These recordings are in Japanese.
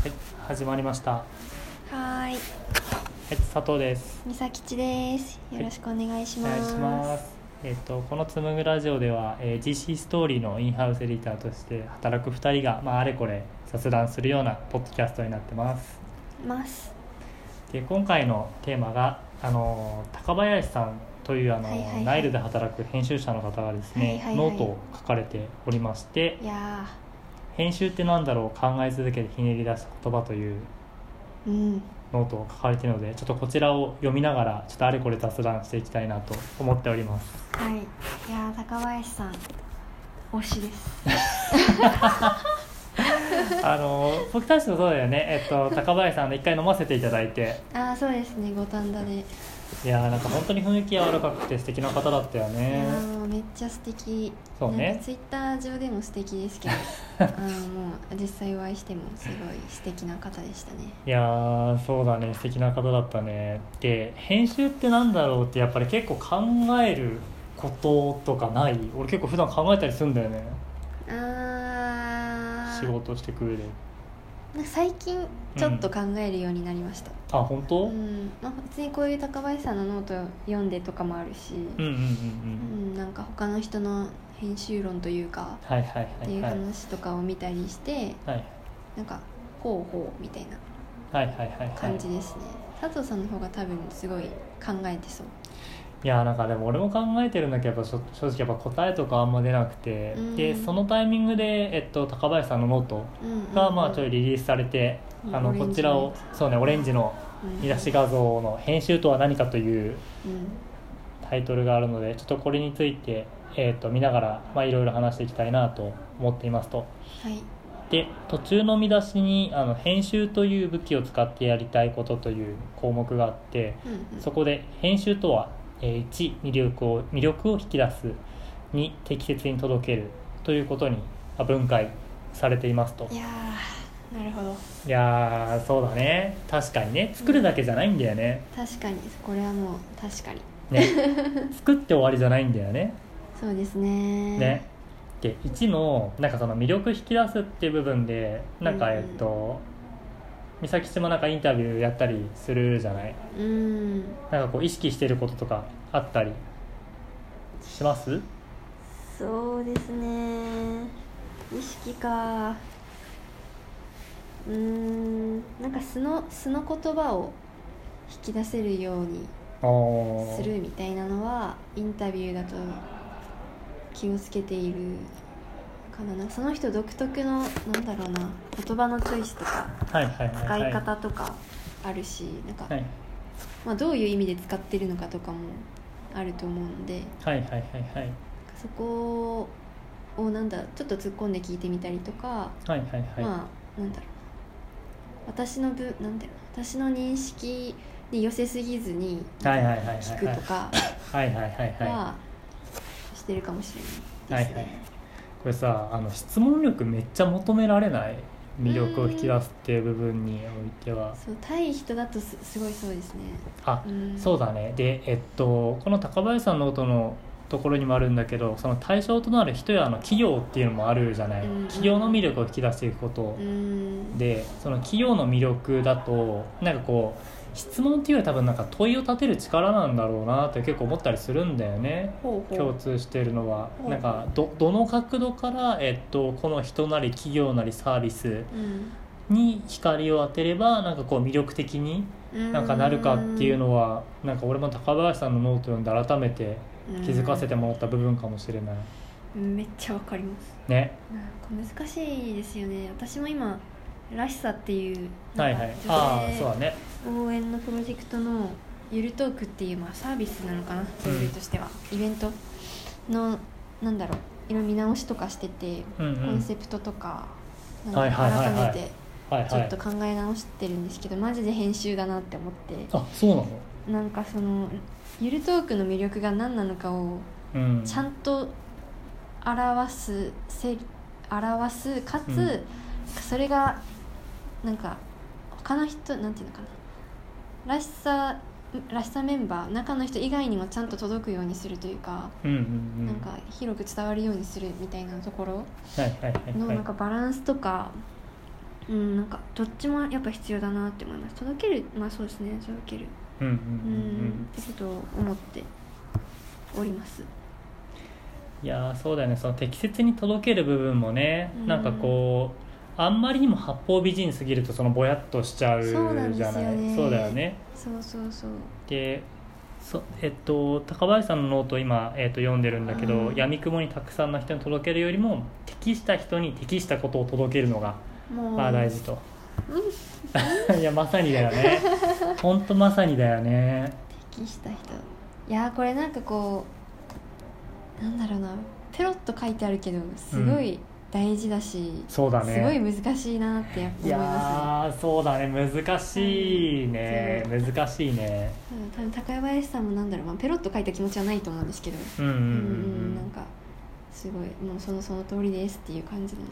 はい、始まりました。ははい、 佐藤です。 みさきちです。よろしくお願いします。 お願いします。このつむぐラジオでは、GC ストーリーのインハウスエディターとして働く2人が、あれこれ雑談するようなポッドキャストになってます。で、今回のテーマが、高林さんというナイルで働く編集者の方がですね、ノートを書かれておりまして、編集ってなんだろう、考え続けてひねり出した言葉というノートを書かれているので、ちょっとこちらを読みながらちょっとあれこれ雑談していきたいなと思っております。 はい、いや高林さん推しです僕たちとそうだよね、高林さん一回飲ませていただいて、 そうですね、五反田で。 いやなんか本当に雰囲気柔らかくて素敵な方だったよね。 いやめっちゃ素敵。 そうね、 なんかツイッター上でも素敵ですけどもう実際お会いしてもすごい素敵な方でしたね。 いやそうだね、素敵な方だったね。で、編集ってなんだろうってやっぱり結構考えることとかない？俺結構普段考えたりするんだよね。仕事してく上で最近ちょっと考えるようになりました。 本当？ 普通にこういう高林さんのノート読んでとかもあるし、なんか他の人の編集論というかっていう話とかを見たりして、なんかほうみたいな感じですね。佐藤さんの方が多分すごい考えてそう。 いやなんかでも俺も考えてるんだけど、正直やっぱ答えとかあんま出なくて、でそのタイミングで、高林さんのノートがちょいリリースされて、こちらをそうね、オレンジの見出し画像の編集とは何かというタイトルがあるので、ちょっとこれについて、見ながらいろいろ話していきたいなと思っていますと。で途中の見出しに編集という武器を使ってやりたいことという項目があって、そこで編集とは1、魅力を引き出す、2、適切に届けるということに分解されていますと。 いやなるほど。 いやそうだね、確かにね、作るだけじゃないんだよね。 確かにこれはもう確かにね作って終わりじゃないんだよね。 そうですね。 で1のなんかその魅力引き出すっていう部分でなんか美咲ちもなんかインタビューやったりするじゃない。なんかこう意識してることとかあったりします？ そうですね、意識か。なんか素の言葉を引き出せるようにするみたいなのはインタビューだと気をつけているかな。なんかその人独特のなんだろうな、言葉のチョイスとか使い方とかあるし、なんか、どういう意味で使ってるのかとかもあると思うので、そこをちょっと突っ込んで聞いてみたりとか、なんだろう、私の認識に寄せすぎずに聞くとかはしてるかもしれないですね。 これさ、質問力めっちゃ求められない？魅力を引き出すっていう部分においては。 そう、対人だとすごいそうですね。 そうだね。で、この高林さんのノートのところにもあるんだけど、その対象となる人や企業っていうのもあるじゃない。企業の魅力を引き出していくことで、その企業の魅力だとなんかこう質問っていうより多分なんか問いを立てる力なんだろうなって結構思ったりするんだよね。共通しているのはなんかどの角度から、この人なり企業なりサービスに光を当てればなんかこう魅力的になんかなるかっていうのは、なんか俺も高林さんのノートを読んで改めて気づかせてもらった部分かもしれない。 めっちゃわかりますね。 なんか難しいですよね。私も今らしさっていうそうだね、 応援のプロジェクトのゆるトークっていうサービスなのかな、ツールとしては、イベントのなんだろう、いろいろ見直しとかしてて、コンセプトとか改めてちょっと考え直してるんですけど、マジで編集だなって思って。 そうなの？ なんかそのゆるトークの魅力が何なのかをちゃんと表すかつ、それがなんか他の人なんていうのかな、らしさメンバー中の人以外にもちゃんと届くようにするというか、なんか広く伝わるようにするみたいなところのなんかバランスとかなんかどっちもやっぱ必要だなって思います。届ける、まあそうですね、届けるってことを思っております。 いやそうだよね、その適切に届ける部分もね、なんかこうあんまりにも八方美人すぎるとそのぼやっとしちゃうじゃない。そうだよね。 そうで高林さんのノートを今、読んでるんだけど、闇雲にたくさんの人に届けるよりも適した人に適したことを届けるのがまあ大事といやまさにだよねほんとまさにだよね。 適した人、いやこれなんかこうなんだろうな、ペロッと書いてあるけどすごい大事だし、 そうだね、 すごい難しいなってやっぱ思いますね。 いやそうだね、難しいね、難しいね。 多分高林さんもなんだろう、まあ、ペロッと書いた気持ちはないと思うんですけど、なんかすごいもうその通りですっていう感じの、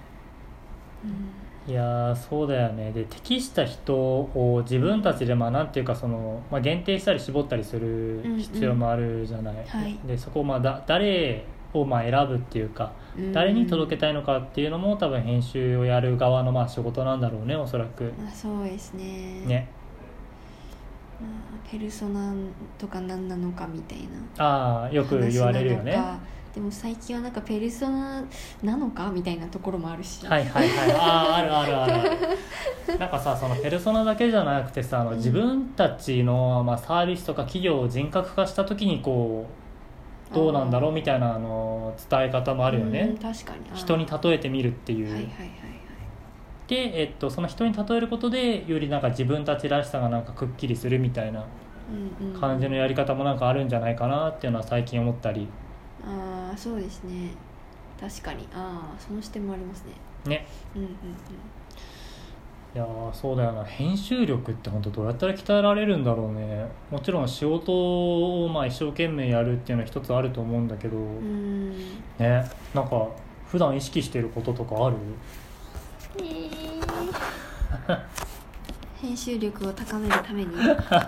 いやそうだよね。で適した人を自分たちでなんていうかその、限定したり絞ったりする必要もあるじゃない、 はい、 でそこを誰を選ぶっていうか、誰に届けたいのかっていうのも多分編集をやる側の仕事なんだろうね、おそらく。 そうですね。 ペルソナとか何なのかみたいなよく言われるよね。 でも最近はなんかペルソナなのかみたいなところもあるし、 あるなんかさ、そのペルソナだけじゃなくてさ、自分たちの、サービスとか企業を人格化した時にこうどうなんだろうみたいな伝え方もあるよね。 確かに人に例えてみるっていう、で、その人に例えることでよりなんか自分たちらしさがなんかくっきりするみたいな感じのやり方もなんかあるんじゃないかなっていうのは最近思ったり。 そうですね、確かにその視点もありますね。 いやそうだよな、編集力って本当どうやったら鍛えられるんだろうね。もちろん仕事を一生懸命やるっていうのは一つあると思うんだけど、ね、なんか普段意識してることとかある？ 編集力を高めるために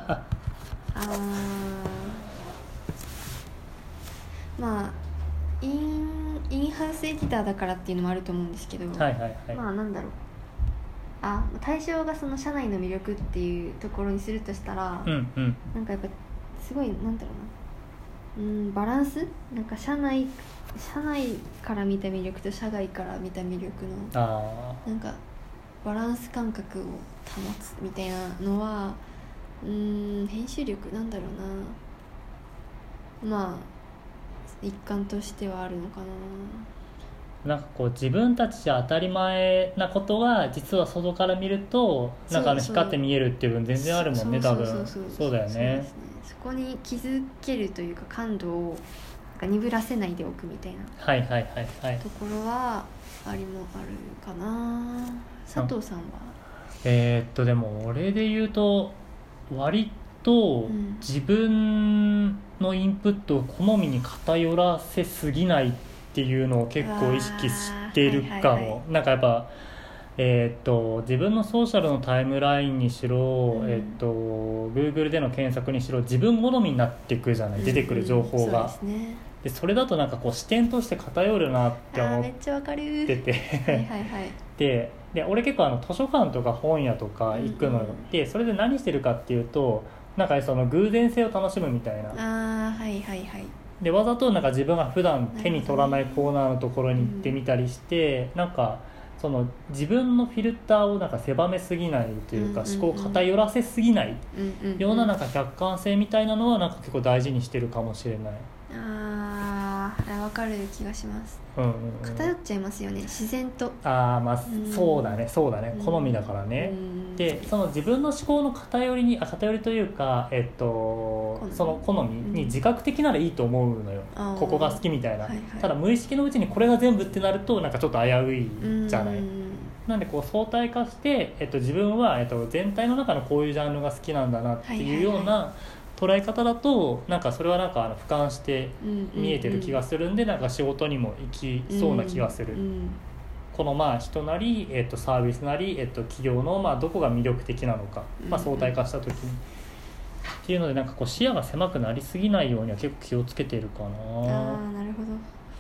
インハウスエディターだからっていうのもあると思うんですけど、なんだろう、対象がその社内の魅力っていうところにするとしたら、なんかやっぱすごいなんだろうな、バランス、なんか社内から見た魅力と社外から見た魅力のなんかバランス感覚を保つみたいなのは編集力なんだろうな、一環としてはあるのかな。 なんかこう自分たちじゃ当たり前なことが実は外から見るとなんか光って見えるっていう分全然あるもんね、多分。そうだよね。 そこに気づけるというか感度を鈍らせないでおくみたいなところはあるかな。佐藤さんは？ でも俺で言うと割と自分のインプットを好みに偏らせすぎないっていうのを結構意識しているかも。なんかやっぱ自分のソーシャルのタイムラインにしろ、Google での検索にしろ自分好みになっていくじゃない、出てくる情報が。でそれだとなんかこう視点として偏るなって思っててで俺結構図書館とか本屋とか行くのよ、でそれで何してるかっていうとなんかその偶然性を楽しむみたいな。でわざとなんか自分が普段手に取らないコーナーのところに行ってみたりして、なんかその自分のフィルターをなんか狭めすぎないというか、思考を偏らせすぎないようななんか客観性みたいなのはなんか結構大事にしてるかもしれない。 分かる気がします。偏っちゃいますよね、自然と。 そうだね好みだからね。でその自分の思考の偏りというか、その好みに自覚的ならいいと思うのよ、ここが好きみたいな。ただ無意識のうちにこれが全部ってなるとなんかちょっと危ういじゃない。なんでこう相対化して、自分は、全体の中のこういうジャンルが好きなんだなっていうような捉え方だとなんかそれはなんか俯瞰して見えてる気がするんで、なんか仕事にも行きそうな気がする。この人なり、サービスなり、企業のどこが魅力的なのか、相対化した時にっていうのでなんかこう視野が狭くなりすぎないようには結構気をつけているかな。 なるほど。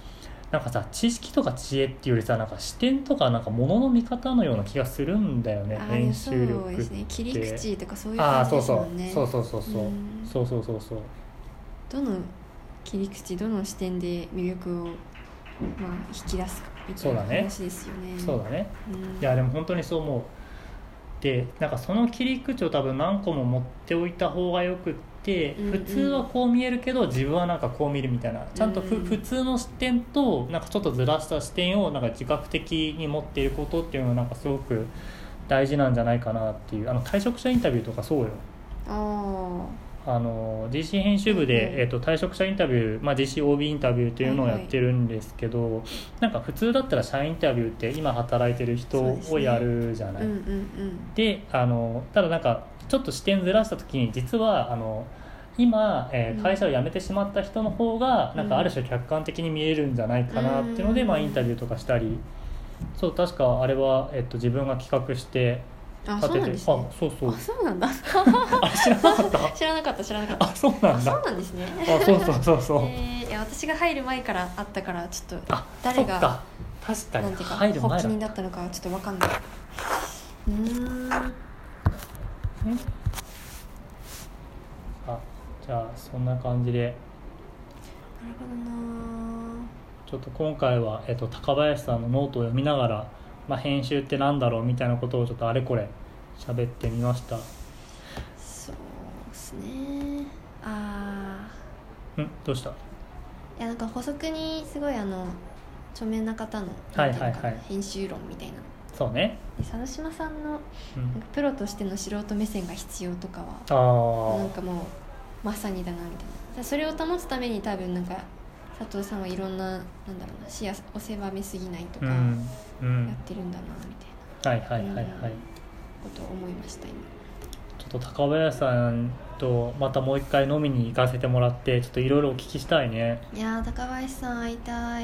なんかさ知識とか知恵っていうよりさなんか視点とかなんか物の見方のような気がするんだよね編集力って。 そうですね、切り口とかそういう感じですもんね。 そうそうどの切り口どの視点で魅力を、引き出すかみたいな話ですよね。 そうだね、いやでも本当にそう思う。でなんかその切り口を多分何個も持っておいた方がよくって、普通はこう見えるけど自分はなんかこう見るみたいな、ちゃんと普通の視点となんかちょっとずらした視点をなんか自覚的に持っていることっていうのはなんかすごく大事なんじゃないかなっていう。退職者インタビューとかそうよ。GC 編集部で、退職者インタビュー、GC OB インタビューというのをやってるんですけど、なんか普通だったら社員インタビューって今働いてる人をやるじゃない。で、ただなんかちょっと視点ずらした時に実は今、会社を辞めてしまった人の方がなんかある種客観的に見えるんじゃないかなっていうので、インタビューとかしたり、そう確かあれは、自分が企画してそうなんですね。そうなんだ。 知らなかった。 知らなかった。 そうなんだ。 そうなんですね。 そう。 いや私が入る前からあったからちょっと誰が確かになんていうか入る前発起人だったのかちょっと分かんない。 じゃあそんな感じで。 なるほどな。 ちょっと今回は、高林さんのノートを読みながら、編集ってなんだろうみたいなことをちょっとあれこれ喋ってみました。 そうですね。 どうした？ いやなんか補足にすごい著名な方の編集論みたいな。 そうね。 で佐野島さんの、なんかプロとしての素人目線が必要とかはなんかもうまさにだなみたいな。それを保つために多分なんか佐藤さんはいろんな視野を狭めすぎないとかやってるんだなみたいなことを思いました今。 ちょっと高林さんとまたもう一回飲みに行かせてもらってちょっといろいろお聞きしたいね。 いや高林さん会いたい。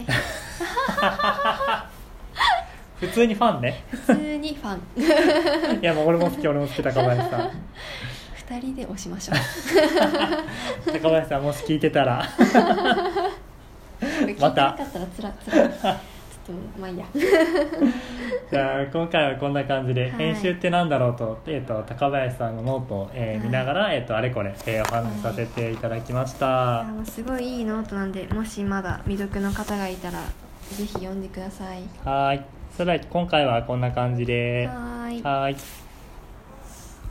普通にファンね。 普通にファン。 いやもう俺も好き高林さん。 2人で押しましょう。 高林さんもし聞いてたら聞いてなかったらつらちょっとまあいいや。 じゃあ今回はこんな感じで、編集ってなんだろうと、高林さんのノートを、見ながら、あれこれ、お話しさせていただきました。 すごいいいノートなんでもしまだ未読の方がいたらぜひ読んでください。 はい。それでは今回はこんな感じで。 はい。